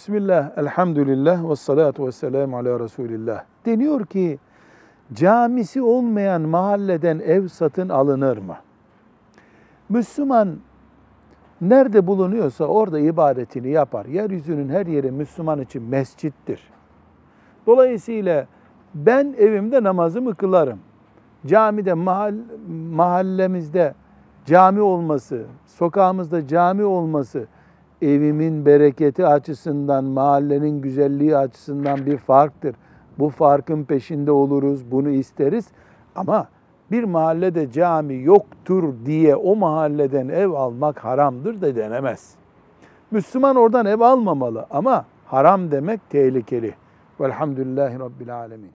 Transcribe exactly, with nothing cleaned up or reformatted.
Bismillah, elhamdülillah, ve salatu ve selamu ala Resulillah. Deniyor ki, camisi olmayan mahalleden ev satın alınır mı? Müslüman nerede bulunuyorsa orada ibadetini yapar. Yeryüzünün her yeri Müslüman için mescittir. Dolayısıyla ben evimde namazımı kılarım. Camide, mahall, mahallemizde cami olması, sokağımızda cami olması, evimin bereketi açısından, mahallenin güzelliği açısından bir farktır. Bu farkın peşinde oluruz, bunu isteriz. Ama bir mahallede cami yoktur diye o mahalleden ev almak haramdır da denemez. Müslüman oradan ev almamalı ama haram demek tehlikeli. Velhamdülillahi Rabbil Alemin.